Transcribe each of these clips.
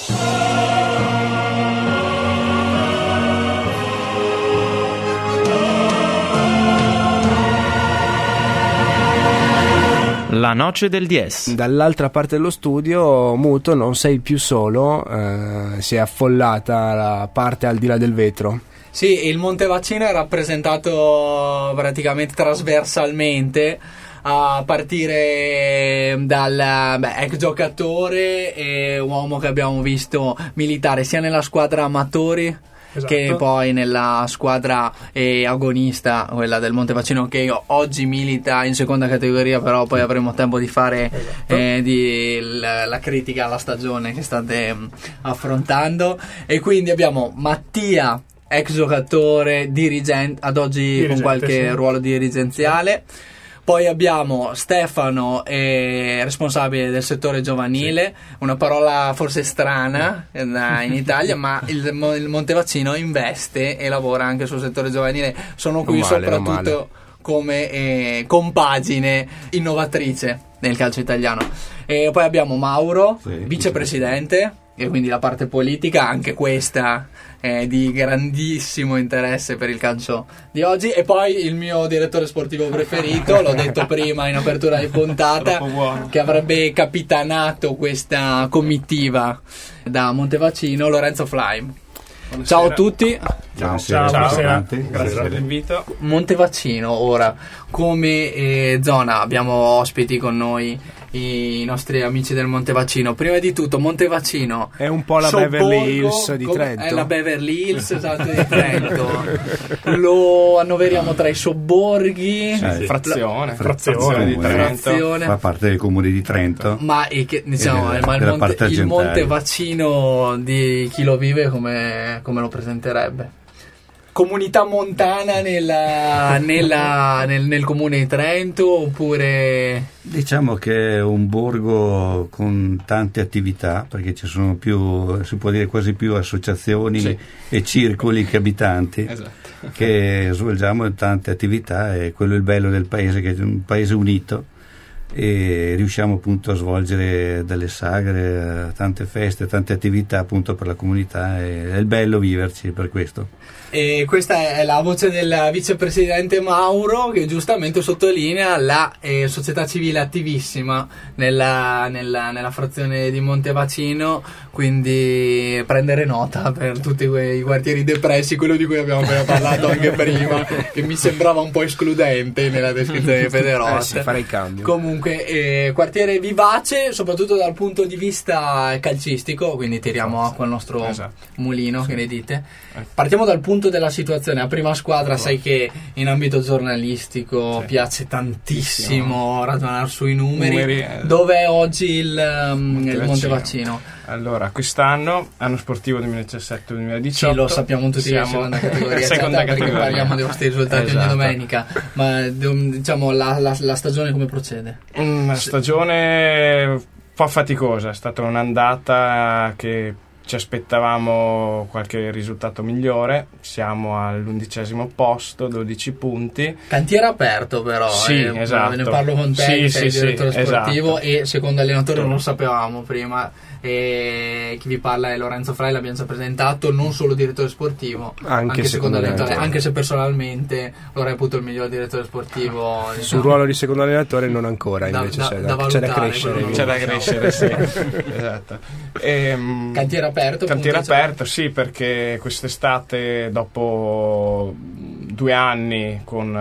La noce del Dies. Dall'altra parte dello studio, Muto, non sei più solo, si è affollata la parte al di là del vetro. Sì, il Montevaccino è rappresentato praticamente trasversalmente, a partire dal ex giocatore e uomo che abbiamo visto militare sia nella squadra amatori, esatto, che poi nella squadra agonista, quella del Montevaccino, che oggi milita in seconda categoria, però poi avremo tempo di fare, esatto, la critica alla stagione che state affrontando. E quindi abbiamo Mattia, ex giocatore, dirigente, ad oggi con qualche ruolo dirigenziale. Poi abbiamo Stefano, responsabile del settore giovanile, una parola forse strana in Italia, ma il Montevaccino investe e lavora anche sul settore giovanile. Sono qui soprattutto come compagine innovatrice nel calcio italiano. E poi abbiamo Mauro, vicepresidente, e quindi la parte politica, anche questa di grandissimo interesse per il calcio di oggi. E poi il mio direttore sportivo preferito, l'ho detto prima in apertura di puntata, che avrebbe capitanato questa comitiva da Montevaccino, Lorenzo Flaim. Buonasera. Ciao a tutti. Ciao. Grazie per l'invito. Montevaccino, ora, come zona abbiamo ospiti con noi i nostri amici del Montevaccino. Prima di tutto, Montevaccino è un po' la Beverly Hills di Trento. È la Beverly Hills, esatto, di Trento. Lo annoveriamo tra i sobborghi, frazione di Trento. Fa parte del comune di Trento. Ma il Montevaccino di chi lo vive come lo presenterebbe? Comunità montana nel comune di Trento, oppure? Diciamo che è un borgo con tante attività, perché ci sono più, si può dire quasi più associazioni e circoli che abitanti, esatto, che svolgiamo tante attività, e quello è il bello del paese, che è un paese unito, e riusciamo appunto a svolgere delle sagre, tante feste, tante attività appunto per la comunità, e è il bello viverci per questo. E questa è la voce del vicepresidente Mauro, che giustamente sottolinea la società civile attivissima nella frazione di Montevaccino, quindi prendere nota per tutti quei quartieri depressi, quello di cui abbiamo appena parlato anche prima, che mi sembrava un po' escludente nella descrizione di Federost. Farei cambio. Comunque quartiere vivace, soprattutto dal punto di vista calcistico, quindi tiriamo acqua al nostro mulino, che ne dite? Partiamo dal punto della situazione. La prima squadra, sai che in ambito giornalistico piace tantissimo ragionare sui numeri. Dov'è oggi il Montevaccino? Allora, quest'anno, anno sportivo 2017-2018, sì, lo sappiamo tutti, siamo in seconda categoria, perché parliamo dei vostri risultati ogni domenica. Ma diciamo la stagione come procede? Una stagione un po' faticosa, è stata un'andata che ci aspettavamo qualche risultato migliore. Siamo all'11° posto, 12 punti. Cantiere aperto, però. Esatto. Ne parlo con te, che sei il direttore sportivo, esatto. E secondo allenatore non lo sapevamo prima. E chi vi parla è Lorenzo Frai, l'abbiamo già presentato, non solo direttore sportivo, anche secondo allenatore, anche se personalmente lo reputo il miglior direttore sportivo. Sul ruolo di secondo allenatore non ancora, invece c'è da crescere. C'è da crescere, sì. Esatto. Cantiere aperto, sì, perché quest'estate, dopo 2 anni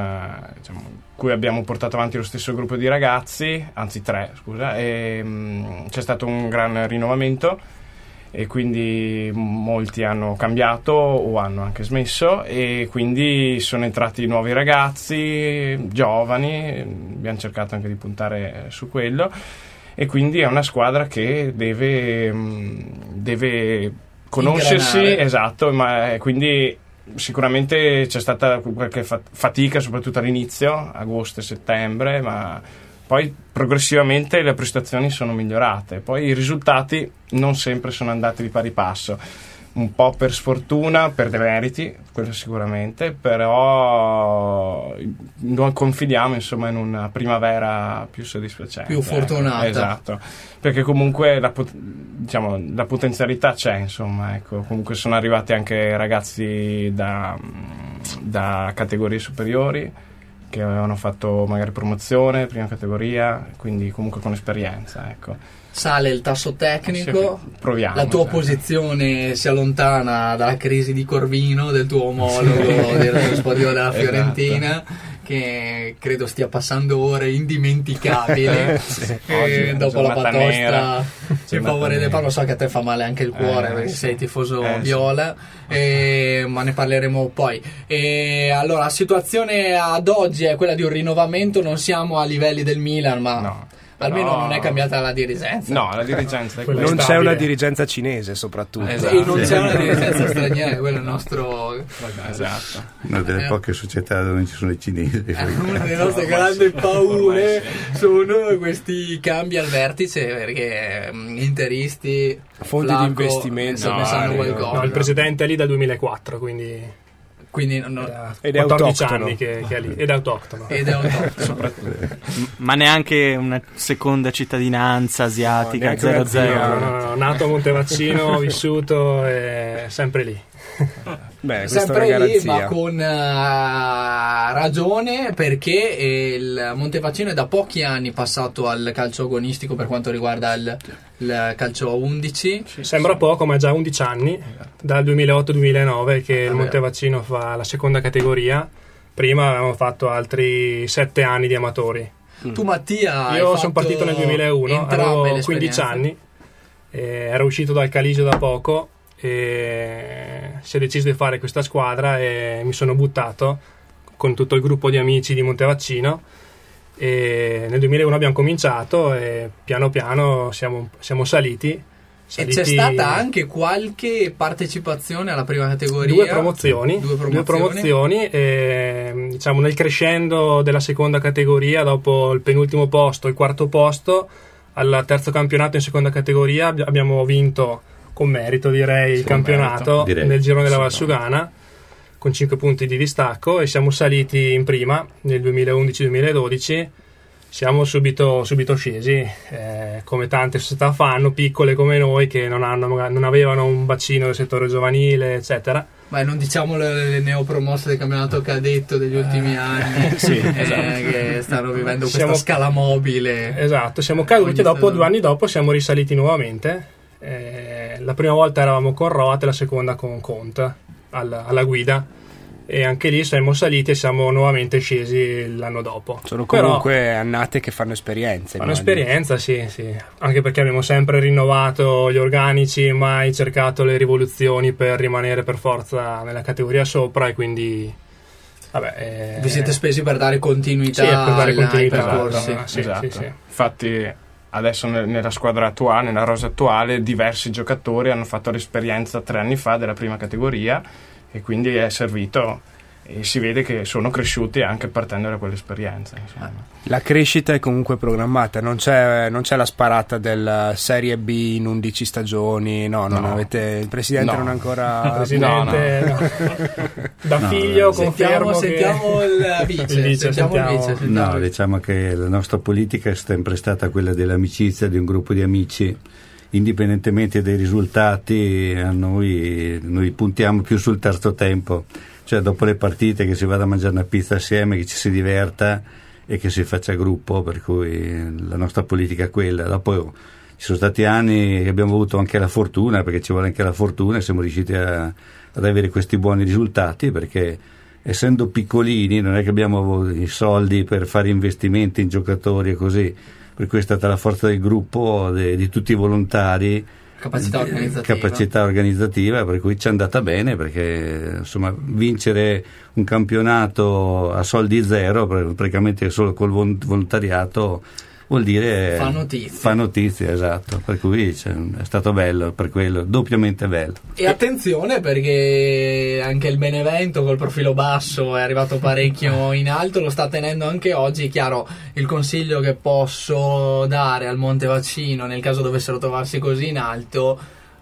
cui abbiamo portato avanti lo stesso gruppo di ragazzi, anzi 3, scusa, e c'è stato un gran rinnovamento, e quindi molti hanno cambiato o hanno anche smesso, e quindi sono entrati nuovi ragazzi giovani. Abbiamo cercato anche di puntare su quello, e quindi è una squadra che deve conoscersi, ingranare. Esatto, ma quindi sicuramente c'è stata qualche fatica, soprattutto all'inizio, agosto e settembre, ma poi progressivamente le prestazioni sono migliorate. Poi i risultati non sempre sono andati di pari passo, un po' per sfortuna, per demeriti, quello sicuramente, però noi confidiamo insomma in una primavera più soddisfacente, più fortunata. Esatto, perché comunque la potenzialità c'è, insomma, ecco, comunque sono arrivati anche ragazzi da categorie superiori che avevano fatto magari promozione, prima categoria, quindi comunque con esperienza, ecco. Sale il tasso tecnico, proviamo, la tua posizione si allontana dalla crisi di Corvino, del tuo omologo dello spoglio della Fiorentina, che credo stia passando ore indimenticabili. Dopo la batosta in favore del Parma, so che a te fa male anche il cuore perché sei tifoso viola, ma ne parleremo poi. Allora, la situazione ad oggi è quella di un rinnovamento, non siamo a livelli del Milan, ma... No. Almeno non è cambiata la dirigenza. No, la dirigenza è quella. Non c'è una dirigenza cinese, soprattutto. Esatto. E non c'è una dirigenza straniera, quello è il nostro. Esatto. Una delle poche società dove non ci sono i cinesi. Una delle nostre grandi paure sono questi cambi al vertice, perché interisti, fonti di investimento, ne sanno qualcosa. No, il presidente è lì dal 2004, quindi ed è 14 autoctono. anni che è lì, ed è autoctono. Ma neanche una seconda cittadinanza asiatica, No, 0-0. No, nato a Montevaccino, vissuto, è sempre lì. Beh, questa sempre è una lì, garanzia. ma con ragione, perché il Montevaccino è da pochi anni passato al calcio agonistico per quanto riguarda il calcio a 11. Sembra poco, ma è già 11 anni, dal 2008-2009 che il Montevaccino fa la seconda categoria. Prima avevamo fatto altri 7 anni di amatori. Tu, Mattia, io sono partito nel 2001, avevo 15 anni, ero uscito dal Calisio da poco e si è deciso di fare questa squadra e mi sono buttato con tutto il gruppo di amici di Montevaccino, e nel 2001 abbiamo cominciato e piano piano siamo saliti. E c'è stata anche qualche partecipazione alla prima categoria? Due promozioni e, diciamo, nel crescendo della seconda categoria, dopo il penultimo posto, il quarto posto, al terzo campionato in seconda categoria abbiamo vinto con merito, direi, il campionato nel girone della Valsugana con 5 punti di distacco, e siamo saliti in prima nel 2011-2012. Siamo subito scesi, come tante società fanno, piccole come noi, che non avevano un bacino del settore giovanile, eccetera. Ma non diciamo le neopromosse del campionato cadetto degli ultimi anni, che stanno vivendo questa scala mobile. Esatto, siamo caduti e dopo 2 anni dopo siamo risaliti nuovamente. La prima volta eravamo con Roat, la seconda con Conte alla guida, e anche lì siamo saliti e siamo nuovamente scesi l'anno dopo. Sono comunque annate che fanno esperienza. Fanno esperienza, sì, anche perché abbiamo sempre rinnovato gli organici, mai cercato le rivoluzioni per rimanere per forza nella categoria sopra, e quindi vi siete spesi per dare continuità, ai percorsi. Esatto. Sì. Infatti adesso nella squadra attuale, nella rosa attuale, diversi giocatori hanno fatto l'esperienza 3 anni fa della prima categoria, e quindi è servito, e si vede che sono cresciuti anche partendo da quell'esperienza, insomma. La crescita è comunque programmata, non c'è la sparata del Serie B in 11 stagioni, non avete, il presidente non è ancora presidente, da figlio confermo sentiamo il vice. No, diciamo che la nostra politica è sempre stata quella dell'amicizia, di un gruppo di amici. Indipendentemente dai risultati, a noi puntiamo più sul terzo tempo, cioè dopo le partite che si vada a mangiare una pizza assieme, che ci si diverta e che si faccia gruppo, per cui la nostra politica è quella. Dopo ci sono stati anni che abbiamo avuto anche la fortuna, perché ci vuole anche la fortuna, e siamo riusciti ad avere questi buoni risultati, perché essendo piccolini non è che abbiamo i soldi per fare investimenti in giocatori e così. Per cui è stata la forza del gruppo, di tutti i volontari, capacità organizzativa, per cui ci è andata bene, perché insomma vincere un campionato a soldi zero, praticamente solo col volontariato, vuol dire fa notizia, esatto, per cui è stato bello, per quello doppiamente bello. E attenzione, perché anche il Benevento col profilo basso è arrivato parecchio in alto, lo sta tenendo anche oggi. Chiaro, il consiglio che posso dare al Montevaccino, nel caso dovessero trovarsi così in alto,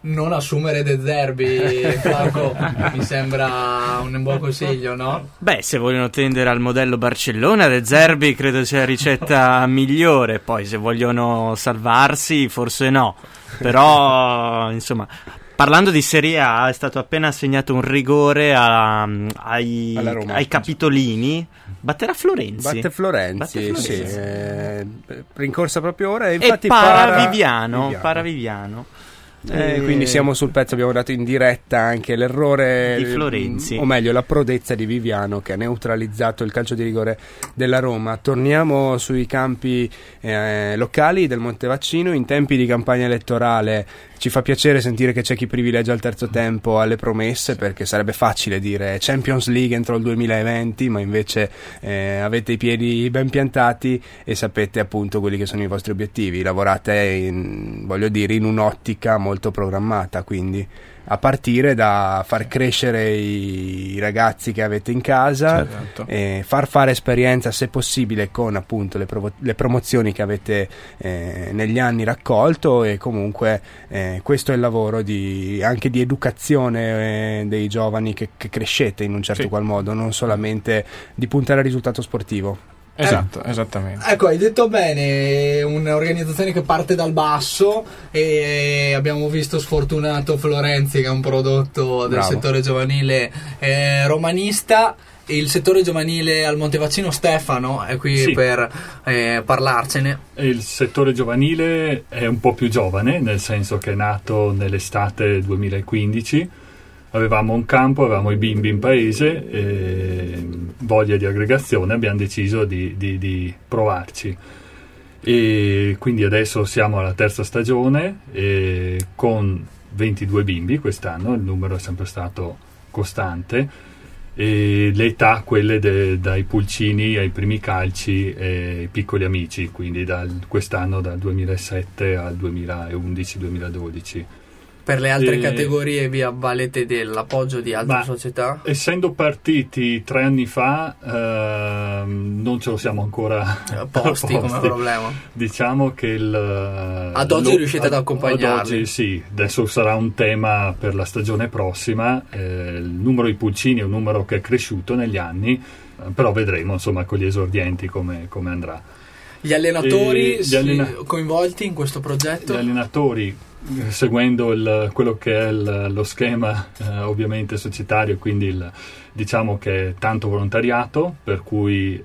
non assumere De Zerbi, Franco, mi sembra un buon consiglio, no? Beh, se vogliono tendere al modello Barcellona, De Zerbi credo sia la ricetta migliore. Poi se vogliono salvarsi forse no, però insomma, parlando di Serie A, è stato appena assegnato un rigore ai capitolini. Batterà Florenzi. Batte Florenzi. Sì. Rincorsa proprio ora e infatti Paraviviano. Quindi siamo sul pezzo, abbiamo dato in diretta anche l'errore di Florenzi, o meglio la prodezza di Viviano, che ha neutralizzato il calcio di rigore della Roma. Torniamo sui campi locali del Montevaccino. In tempi di campagna elettorale ci fa piacere sentire che c'è chi privilegia il terzo tempo alle promesse, perché sarebbe facile dire Champions League entro il 2020, ma invece avete i piedi ben piantati e sapete appunto quelli che sono i vostri obiettivi. Lavorate in un'ottica molto programmata, quindi a partire da far crescere i ragazzi che avete in casa, certo, e far fare esperienza se possibile con appunto le promozioni che avete negli anni raccolto, e comunque questo è il lavoro anche di educazione dei giovani che crescete in un certo qual modo, non solamente di puntare al risultato sportivo. Esatto, esattamente. Ecco, hai detto bene, un'organizzazione che parte dal basso, e abbiamo visto sfortunato Florenzi, che è un prodotto del settore giovanile romanista. Il settore giovanile al Montevaccino, Stefano è qui per parlarcene. Il settore giovanile è un po' più giovane, nel senso che è nato nell'estate 2015. Avevamo un campo, avevamo i bimbi in paese, e voglia di aggregazione, abbiamo deciso di provarci. E quindi adesso siamo alla terza stagione, con 22 bimbi quest'anno, il numero è sempre stato costante, e le età quelle dai pulcini ai primi calci e piccoli amici, quindi quest'anno dal 2007 al 2011-2012. Per le altre categorie vi avvalete dell'appoggio di altre società? Essendo partiti 3 anni fa, non ce lo siamo ancora posti come problema. Diciamo che ad oggi riuscite ad accompagnarli? Ad oggi sì, adesso sarà un tema per la stagione prossima. Il numero di pulcini è un numero che è cresciuto negli anni, però vedremo insomma con gli esordienti come andrà. Gli allenatori coinvolti in questo progetto? Gli allenatori, seguendo quello che è lo schema ovviamente societario, quindi diciamo che è tanto volontariato, per cui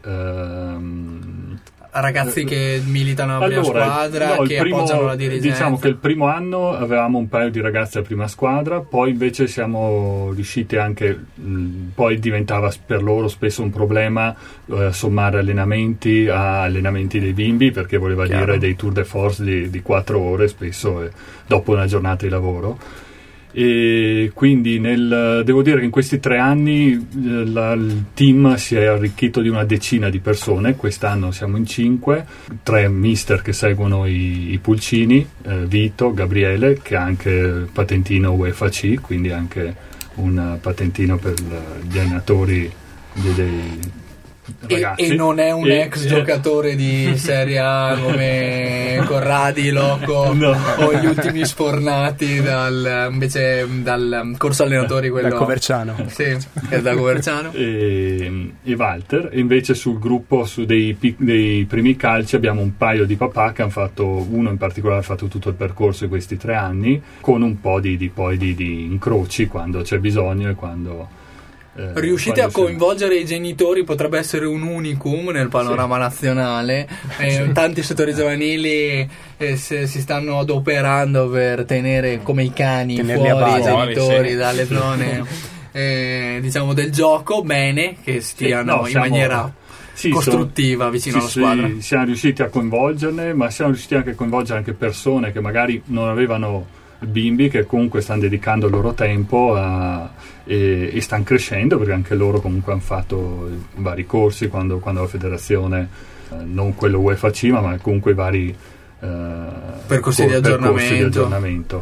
ragazzi che militano alla prima squadra, che appoggiano la dirigenza. Diciamo che il primo anno avevamo un paio di ragazzi alla prima squadra, poi invece siamo riusciti anche, poi diventava per loro spesso un problema sommare allenamenti a allenamenti dei bimbi, perché voleva dire dei tour de force di 4 ore spesso dopo una giornata di lavoro. E quindi devo dire che in questi 3 anni il team si è arricchito di una decina di persone. Quest'anno siamo in 5, 3 mister che seguono i pulcini, Vito, Gabriele, che ha anche patentino UEFA C, quindi anche un patentino per gli allenatori dei ragazzi. E non è un ex giocatore di Serie A come Corradi, Loco, no, o gli ultimi sfornati dal corso allenatori, quello dal Coverciano. Sì, è da Coverciano. E Walter. E invece sul gruppo dei primi calci abbiamo un paio di papà che hanno fatto, uno in particolare ha fatto tutto il percorso di questi 3 anni, con un po' di incroci quando c'è bisogno e quando riuscite a coinvolgere i genitori. Potrebbe essere un unicum nel panorama nazionale. Tanti settori giovanili si stanno adoperando per tenere come i cani fuori i genitori dalle zone diciamo del gioco, bene che stiano in maniera costruttiva vicino alla squadra. Siamo riusciti a coinvolgerne, ma siamo riusciti anche a coinvolgere anche persone che magari non avevano bimbi, che comunque stanno dedicando il loro tempo e stanno crescendo, perché anche loro comunque hanno fatto vari corsi quando la federazione, non quello UEFA C, ma comunque i vari percorsi di aggiornamento.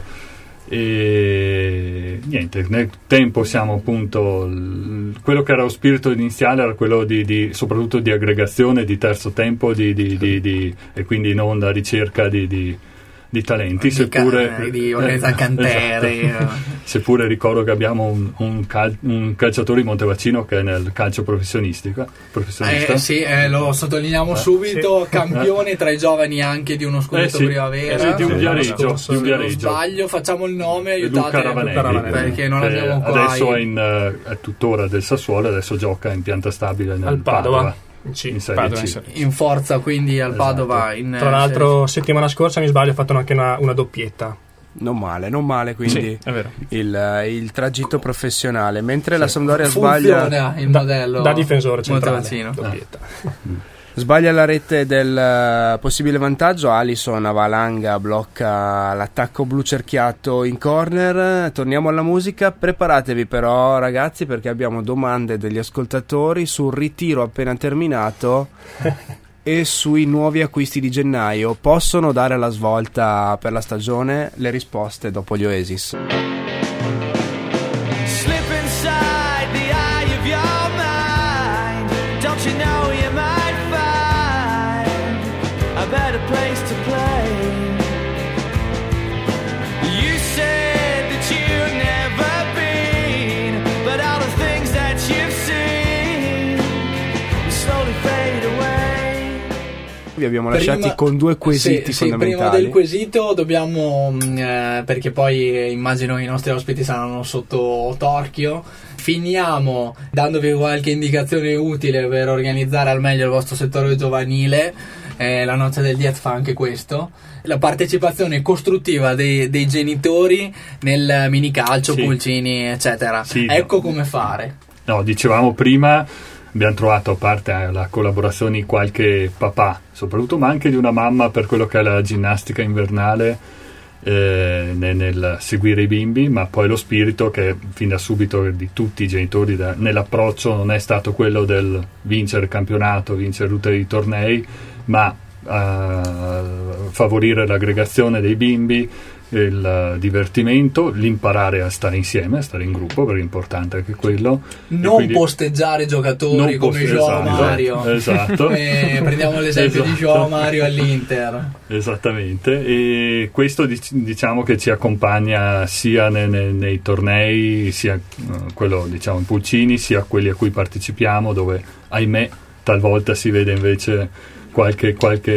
E niente, nel tempo siamo appunto, quello che era lo spirito iniziale era quello soprattutto di aggregazione, di terzo tempo, e quindi non la ricerca di di talenti, seppure di organizzare cantere. Esatto. Seppure ricordo che abbiamo un calciatore di Montevaccino che è nel calcio professionista. Sì, lo sottolineiamo subito, sì. Campione tra i giovani anche di uno scudetto primavera. Di un Viareggio. Sbaglio, facciamo il nome, aiutate Luca Ravanelli, perché non abbiamo ancora. Adesso è tuttora del Sassuolo, adesso gioca in pianta stabile nel Padova. In forza quindi al Padova. Tra l'altro settimana scorsa, mi sbaglio, ha fatto anche una doppietta. Non male, quindi sì, è vero. Il tragitto professionale, mentre la Sampdoria sbaglia il modello da difensore centrale, doppietta. Sbaglia la rete del possibile vantaggio, Alisson a valanga blocca l'attacco blu cerchiato in corner. Torniamo alla musica, preparatevi però ragazzi, perché abbiamo domande degli ascoltatori sul ritiro appena terminato e sui nuovi acquisti di gennaio. Possono dare la svolta per la stagione? Le risposte dopo gli Oasis. Vi abbiamo lasciati con due quesiti fondamentali. Prima del quesito dobbiamo, perché poi immagino i nostri ospiti saranno sotto torchio, finiamo dandovi qualche indicazione utile per organizzare al meglio il vostro settore giovanile. La noce del Diet fa anche questo, la partecipazione costruttiva dei genitori nel minicalcio, pulcini eccetera. Ecco come fare. No, dicevamo prima, abbiamo trovato, a parte la collaborazione di qualche papà soprattutto, ma anche di una mamma per quello che è la ginnastica invernale, nel seguire i bimbi, ma poi lo spirito che fin da subito di tutti i genitori nell'approccio non è stato quello del vincere il campionato, vincere tutti i tornei, ma favorire l'aggregazione dei bimbi, il divertimento, l'imparare a stare insieme, a stare in gruppo, perché è importante anche quello. Non posteggiare giocatori come Joao Mario. Esatto. Prendiamo l'esempio di Joao Mario all'Inter. Esattamente, e questo diciamo che ci accompagna sia nei tornei, sia quello diciamo in pulcini, sia quelli a cui partecipiamo, dove ahimè talvolta si vede invece qualche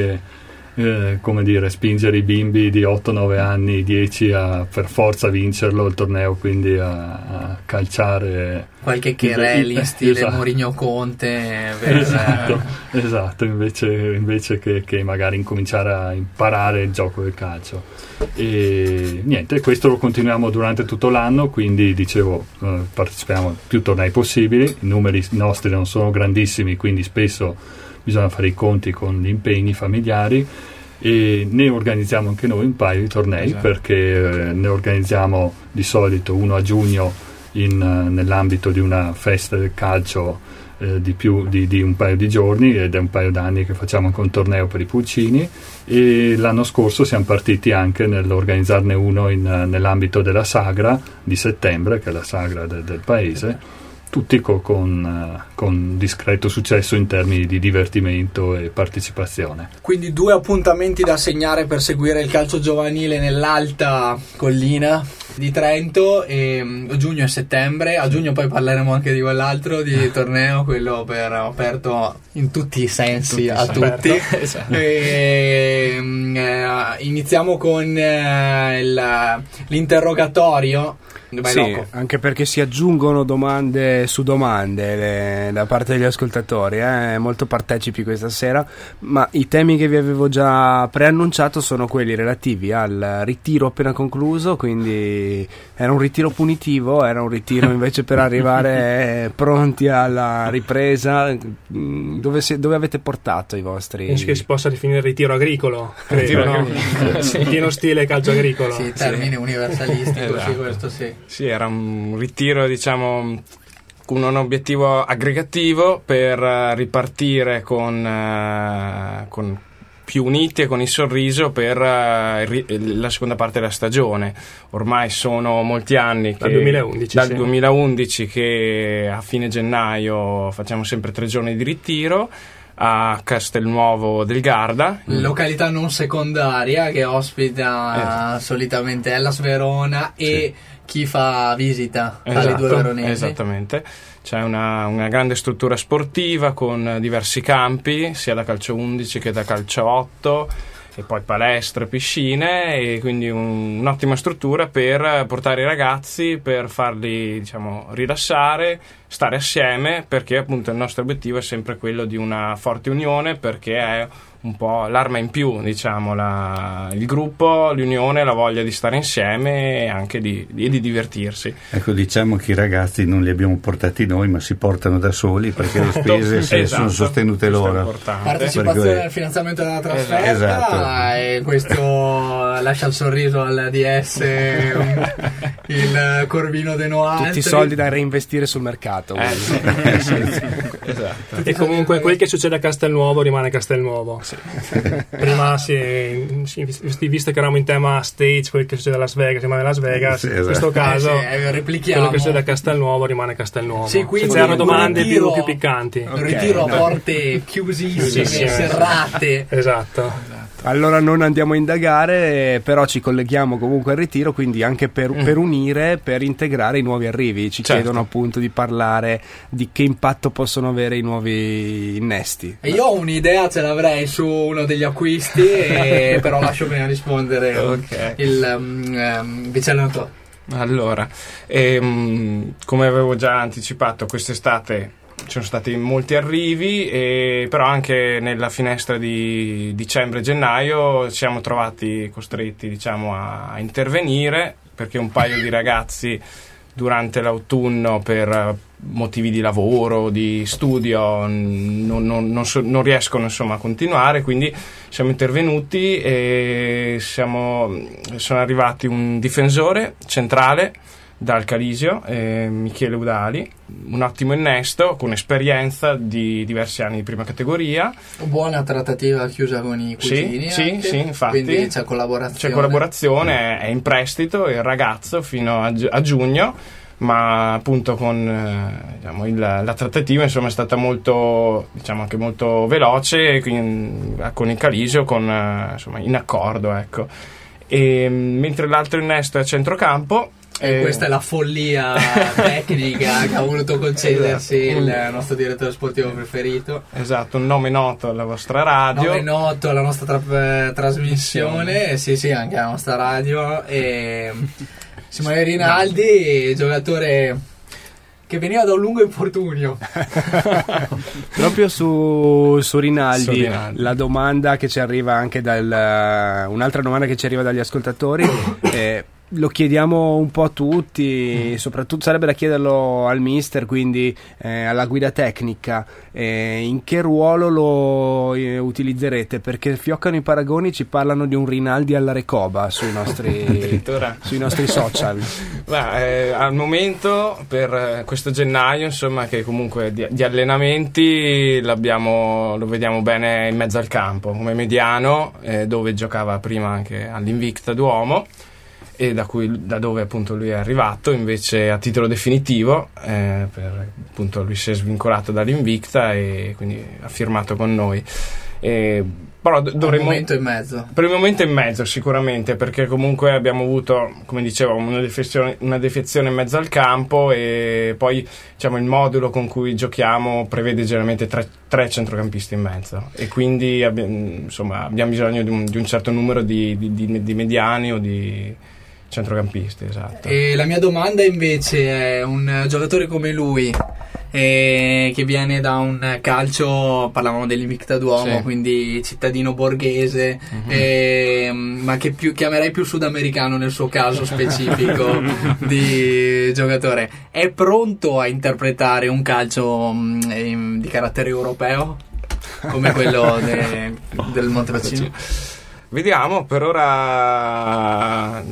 come dire, spingere i bimbi di 8-9 anni, 10 a per forza vincerlo il torneo, quindi a calciare qualche Cherelli in stile Mourinho Conte esatto, invece che magari incominciare a imparare il gioco del calcio. E niente, questo lo continuiamo durante tutto l'anno, quindi dicevo partecipiamo a più tornei possibili, i numeri nostri non sono grandissimi, quindi spesso bisogna fare i conti con gli impegni familiari, e ne organizziamo anche noi un paio di tornei, perché ne organizziamo di solito uno a giugno nell'ambito di una festa del calcio di un paio di giorni, ed è un paio d'anni che facciamo anche un torneo per i pulcini, e l'anno scorso siamo partiti anche nell'organizzarne uno nell'ambito della Sagra di settembre, che è la Sagra del paese, tutti con discreto successo in termini di divertimento e partecipazione. Quindi 2 appuntamenti da segnare per seguire il calcio giovanile nell'alta collina di Trento, giugno e settembre. A giugno poi parleremo anche di quell'altro di torneo, quello aperto in tutti i sensi a tutti. Esatto. Iniziamo con l'interrogatorio. Sì, anche perché si aggiungono domande su domande da parte degli ascoltatori, molto partecipi questa sera, ma i temi che vi avevo già preannunciato sono quelli relativi al ritiro appena concluso, quindi era un ritiro punitivo, era un ritiro invece per arrivare pronti alla ripresa. Dove avete portato i vostri? Penso che si possa definire ritiro agricolo, credo, no? Pieno stile calcio agricolo. Sì, termine universalistico, esatto. Sì, questo sì. Sì, era un ritiro, diciamo, con un obiettivo aggregativo per ripartire con più uniti e con il sorriso per la seconda parte della stagione. Ormai sono molti anni che dal 2011 che a fine gennaio facciamo sempre 3 giorni di ritiro. a Castelnuovo del Garda, località non secondaria che ospita solitamente Hellas Verona e chi fa visita alle due veronesi. Esattamente, c'è una grande struttura sportiva con diversi campi sia da calcio 11 che da calcio 8 e poi palestre, piscine, e quindi un'ottima struttura per portare i ragazzi, per farli, diciamo, rilassare, stare assieme, perché appunto il nostro obiettivo è sempre quello di una forte unione, perché è un po' l'arma in più, diciamo, il gruppo, l'unione, la voglia di stare insieme e anche di divertirsi. Ecco, diciamo che i ragazzi non li abbiamo portati noi, ma si portano da soli, perché le spese sono sostenute loro. Partecipazione al finanziamento della trasferta, e questo lascia il sorriso al DS, il Corvino De Noaltri. Tutti i soldi da reinvestire sul mercato. Esatto. E comunque quel che succede a Castelnuovo rimane Castelnuovo. Prima visto che eravamo in tema stage, quel che succede a Las Vegas rimane Las Vegas, in questo caso replichiamo. quello che succede a Castelnuovo rimane Castelnuovo. Sì, quindi se c'erano domande più piccanti, ritiro a porte chiusissime, serrate. Esatto. Allora non andiamo a indagare, però ci colleghiamo comunque al ritiro, quindi anche per unire, per integrare i nuovi arrivi. Ci chiedono appunto di parlare di che impatto possono avere i nuovi innesti. E io ho un'idea, ce l'avrei su uno degli acquisti, però lascio prima rispondere il vice allenatore. Allora, come avevo già anticipato, quest'estate ci sono stati molti arrivi, però anche nella finestra di dicembre-gennaio ci siamo trovati costretti, diciamo, a intervenire, perché un paio di ragazzi durante l'autunno, per motivi di lavoro, di studio, non riescono, insomma, a continuare, quindi siamo intervenuti e sono arrivati un difensore centrale dal Calisio, Michele Udali, un ottimo innesto con esperienza di diversi anni di prima categoria. Buona trattativa chiusa con i cugini. Sì, infatti. Quindi c'è collaborazione, è in prestito il ragazzo fino a giugno, ma appunto con la trattativa, insomma, è stata molto, diciamo, anche molto veloce, con il Calisio, insomma, in accordo, ecco. E mentre l'altro innesto è a centrocampo. E questa è la follia tecnica che ha voluto concedersi il nostro direttore sportivo preferito. Esatto, un nome noto alla vostra radio. Nome noto alla nostra trasmissione, sì, anche alla nostra radio. Simone Rinaldi, giocatore che veniva da un lungo infortunio. Proprio su Rinaldi, la domanda che ci arriva anche un'altra domanda che ci arriva dagli ascoltatori, lo chiediamo un po' a tutti, soprattutto sarebbe da chiederlo al mister, quindi alla guida tecnica, in che ruolo lo utilizzerete, perché fioccano i paragoni, ci parlano di un Rinaldi alla Recoba sui nostri social. Al momento, per questo gennaio, insomma, che comunque di allenamenti lo vediamo bene in mezzo al campo come mediano, dove giocava prima anche all'Invicta Duomo, e da dove appunto lui è arrivato invece a titolo definitivo, appunto lui si è svincolato dall'Invicta e quindi ha firmato con noi. Però dovremmo, per il momento in mezzo sicuramente, perché comunque abbiamo avuto, come dicevo, una defezione in mezzo al campo, e poi, diciamo, il modulo con cui giochiamo prevede generalmente tre centrocampisti in mezzo, e quindi abbiamo bisogno di un certo numero di mediani o di centrocampisti. Esatto. E la mia domanda invece è: un giocatore come lui, che viene da un calcio, parlavamo dell'Invicta Duomo, sì, quindi cittadino borghese, ma che chiamerei più sudamericano nel suo caso specifico di giocatore, è pronto a interpretare un calcio di carattere europeo come quello del Montevaccino? Vediamo, per ora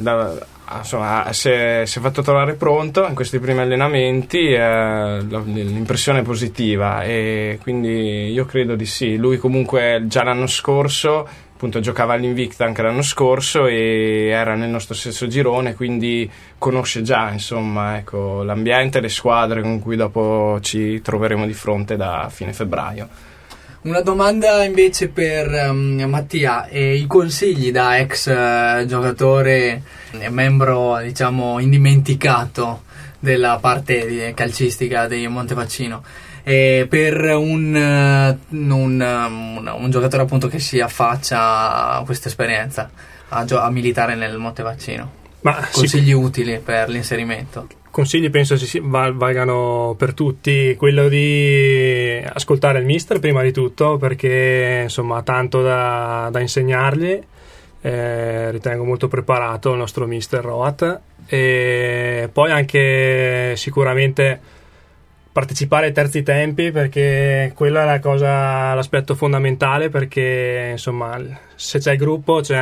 si è fatto trovare pronto in questi primi allenamenti, l'impressione è positiva, e quindi io credo di sì. Lui comunque già l'anno scorso, appunto, giocava all'Invicta anche l'anno scorso e era nel nostro stesso girone, quindi conosce già, insomma, ecco, l'ambiente e le squadre con cui dopo ci troveremo di fronte da fine febbraio. Una domanda invece per Mattia, i consigli da ex giocatore e membro, diciamo, indimenticato della parte calcistica di Montevaccino, per un giocatore appunto che si affaccia a questa esperienza a militare nel Montevaccino, consigli utili per l'inserimento. Consigli penso valgano per tutti. Quello di ascoltare il mister prima di tutto, perché insomma ha tanto da insegnargli. Ritengo molto preparato il nostro mister Roat, e poi anche sicuramente partecipare ai terzi tempi, perché quella è l'aspetto fondamentale, perché insomma se c'è il gruppo si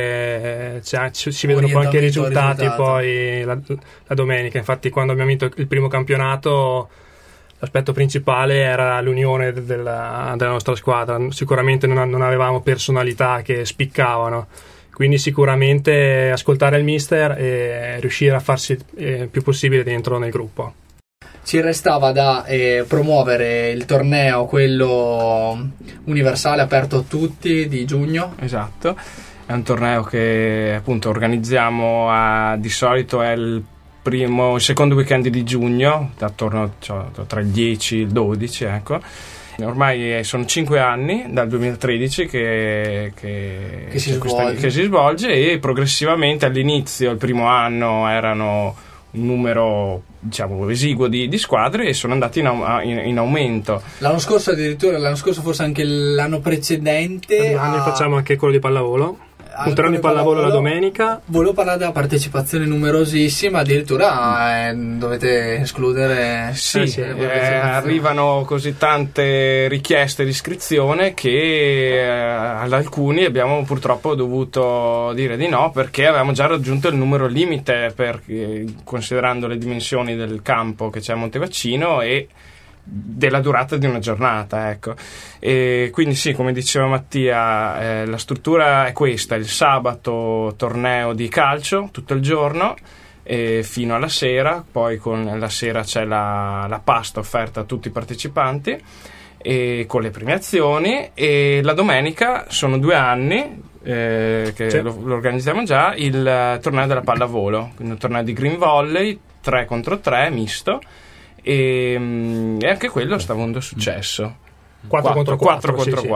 vedono poi anche i risultati poi la domenica. Infatti quando abbiamo vinto il primo campionato l'aspetto principale era l'unione della nostra squadra. Sicuramente non avevamo personalità che spiccavano, quindi sicuramente ascoltare il mister e riuscire a farsi più possibile dentro nel gruppo. Ci restava da promuovere il torneo, quello universale aperto a tutti, di giugno. Esatto, è un torneo che appunto organizziamo di solito è il secondo weekend di giugno, attorno tra il 10 e il 12, ecco. Ormai sono 5 anni dal 2013 che si svolge, e progressivamente all'inizio, il primo anno erano un numero, diciamo, esiguo di squadre, e sono andati in aumento. L'anno scorso forse anche l'anno precedente. Anni facciamo anche quello di pallavolo. Un torneo di pallavolo la domenica. Volevo parlare della partecipazione numerosissima, addirittura dovete escludere. Arrivano così tante richieste di iscrizione che ad alcuni abbiamo purtroppo dovuto dire di no, perché avevamo già raggiunto il numero limite, considerando le dimensioni del campo che c'è a Montevaccino e della durata di una giornata, ecco. E quindi sì, come diceva Mattia, la struttura è questa: il sabato torneo di calcio tutto il giorno fino alla sera, poi con la sera c'è la pasta offerta a tutti i partecipanti e con le premiazioni, e la domenica sono 2 anni che lo organizziamo già, il torneo della pallavolo, quindi un torneo di green volley 3 contro 3 misto, e anche quello sta avendo successo. 4 contro 4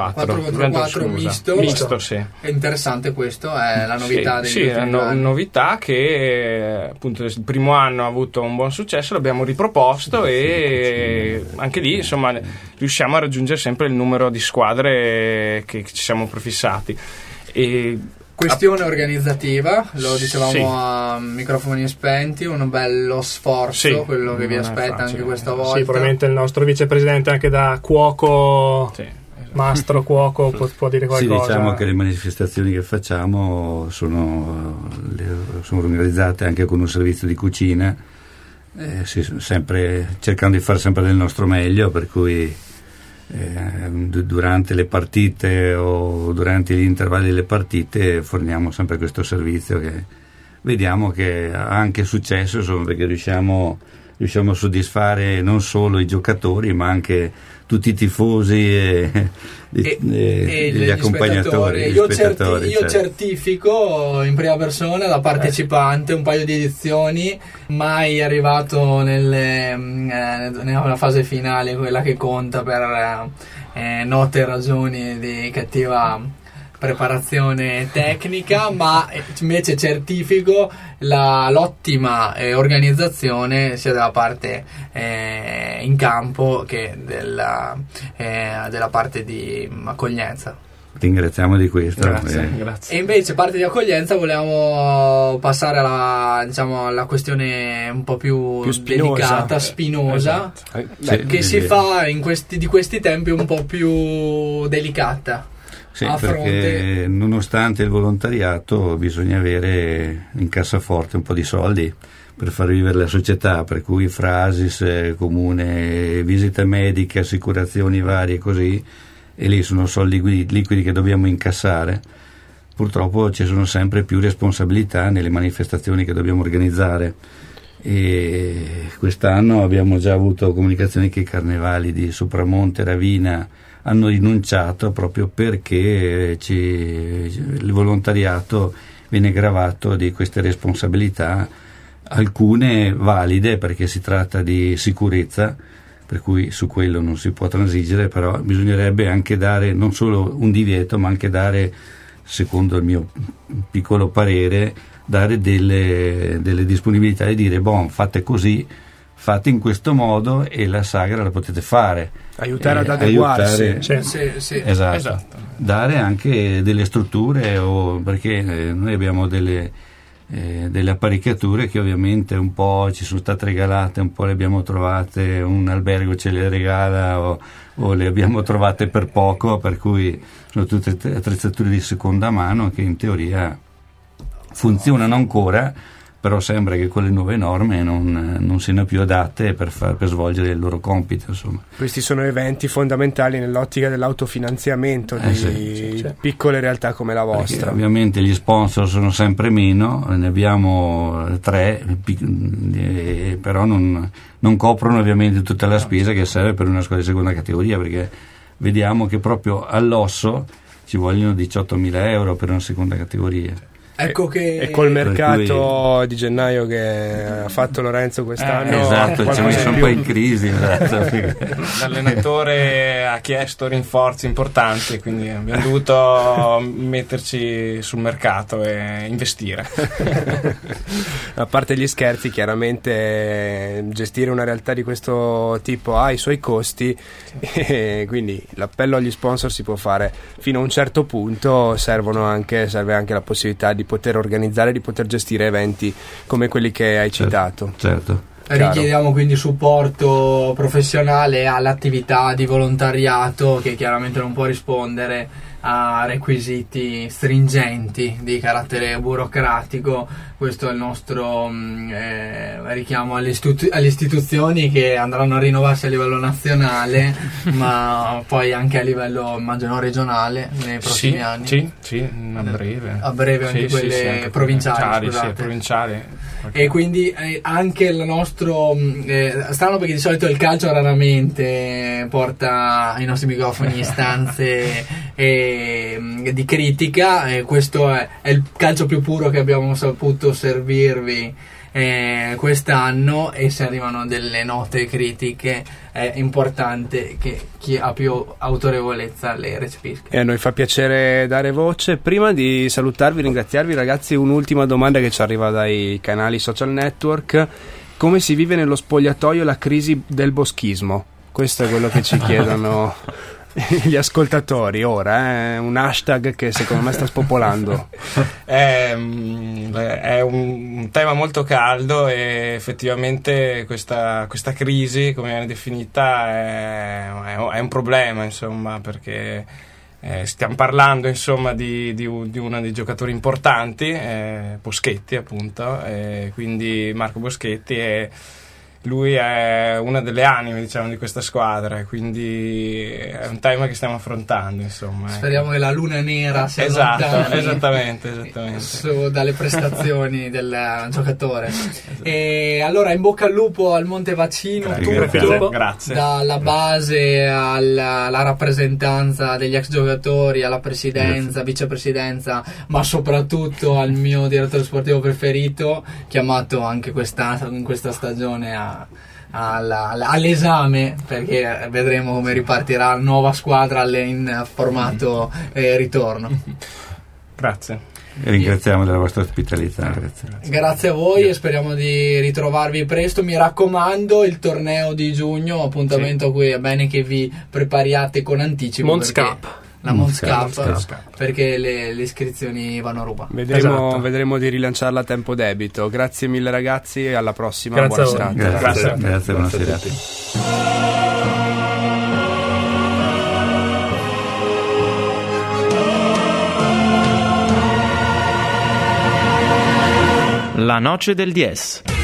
misto, sì. È interessante, questo è la novità novità che appunto il primo anno ha avuto un buon successo, l'abbiamo riproposto e anche lì insomma riusciamo a raggiungere sempre il numero di squadre che ci siamo prefissati. Questione organizzativa, lo dicevamo a microfoni spenti, un bello sforzo, quello che vi aspetta anche questa volta. Sì, probabilmente il nostro vicepresidente anche da cuoco, mastro cuoco, può dire qualcosa. Sì, diciamo che le manifestazioni che facciamo sono organizzate anche con un servizio di cucina, sempre cercando di fare sempre del nostro meglio, per cui durante le partite o durante gli intervalli delle partite forniamo sempre questo servizio, che vediamo che ha anche successo, insomma, perché riusciamo a soddisfare non solo i giocatori ma anche tutti i tifosi e gli accompagnatori, gli spettatori. Io certifico in prima persona da partecipante un paio di edizioni, mai arrivato nella fase finale, quella che conta per note ragioni di cattiva preparazione tecnica, ma invece certifico l'ottima organizzazione sia della parte in campo che della parte di accoglienza. Ringraziamo di questo. Grazie. E invece parte di accoglienza volevamo passare alla questione un po' più delicata, spinosa, che si fa di questi tempi un po' più delicata. Sì, perché nonostante il volontariato bisogna avere in cassaforte un po' di soldi per far vivere la società, per cui Frasis, comune, visite mediche, assicurazioni varie, così, e lì sono soldi liquidi che dobbiamo incassare. Purtroppo ci sono sempre più responsabilità nelle manifestazioni che dobbiamo organizzare, e quest'anno abbiamo già avuto comunicazioni che i carnevali di Sopramonte e Ravina hanno rinunciato proprio perché il volontariato viene gravato di queste responsabilità, alcune valide perché si tratta di sicurezza, per cui su quello non si può transigere, però bisognerebbe anche dare non solo un divieto ma anche dare, secondo il mio piccolo parere, dare delle disponibilità e dire fate così, fate in questo modo e la sagra la potete fare, aiutare ad adeguarsi, sì. Esatto. Dare anche delle strutture, perché noi abbiamo delle apparecchiature che ovviamente un po' ci sono state regalate, un po' le abbiamo trovate, un albergo ce le regala o le abbiamo trovate per poco, per cui sono tutte attrezzature di seconda mano che in teoria funzionano ancora, però sembra che con le nuove norme non siano più adatte per svolgere il loro compito, insomma. Questi sono eventi fondamentali nell'ottica dell'autofinanziamento di piccole realtà come la vostra. Perché ovviamente gli sponsor sono sempre meno, ne abbiamo 3, però non coprono ovviamente tutta la spesa che serve per una squadra di seconda categoria, perché vediamo che proprio all'osso ci vogliono 18.000 euro per una seconda categoria. Ecco che e col mercato di gennaio che ha fatto Lorenzo quest'anno, esatto, ci ha messo un po' in crisi. L'allenatore ha chiesto rinforzi importanti, quindi abbiamo dovuto metterci sul mercato e investire. A parte gli scherzi, chiaramente gestire una realtà di questo tipo ha i suoi costi, e quindi l'appello agli sponsor si può fare fino a un certo punto. Serve anche la possibilità di poter organizzare, di poter gestire eventi come quelli che hai citato. Certo. Richiediamo quindi supporto professionale all'attività di volontariato, che chiaramente non può rispondere a requisiti stringenti di carattere burocratico. Questo è il nostro richiamo alle istituzioni, che andranno a rinnovarsi a livello nazionale ma poi anche a livello, immagino, regionale nei prossimi anni. Sì, a breve anche quelle provinciali. E quindi anche il nostro strano, perché di solito il calcio raramente porta ai nostri microfoni istanze di critica, questo è il calcio più puro che abbiamo saputo servirvi quest'anno, e se arrivano delle note critiche è importante che chi ha più autorevolezza le recepisca. E a noi fa piacere dare voce. Prima di salutarvi, ringraziarvi ragazzi, un'ultima domanda che ci arriva dai canali social network: come si vive nello spogliatoio la crisi del boschismo? Questo è quello che ci chiedono gli ascoltatori ora, è un hashtag che secondo me sta spopolando. È un tema molto caldo, e effettivamente questa crisi, come viene definita, è un problema, insomma, perché stiamo parlando, insomma, di uno dei giocatori importanti, Boschetti, appunto, quindi Marco Boschetti, lui è una delle anime, diciamo, di questa squadra, quindi è un tema che stiamo affrontando, insomma. Speriamo che la luna nera sia esattamente dalle prestazioni del giocatore. E allora, in bocca al lupo al Montevaccino, tutto, grazie. Dalla base alla rappresentanza degli ex giocatori, alla presidenza, vicepresidenza, ma soprattutto al mio direttore sportivo preferito, chiamato anche in questa stagione all'esame, perché vedremo come ripartirà la nuova squadra in formato ritorno. Grazie. Ringraziamo della vostra ospitalità. Grazie a voi, e speriamo di ritrovarvi presto. Mi raccomando, il torneo di giugno, appuntamento a cui è bene che vi prepariate con anticipo. La Mons Cup, perché le iscrizioni vanno a ruba. Vedremo di rilanciarla a tempo debito. Grazie mille ragazzi, e alla prossima. Buona serata. Grazie, buona serata. La noce del 10.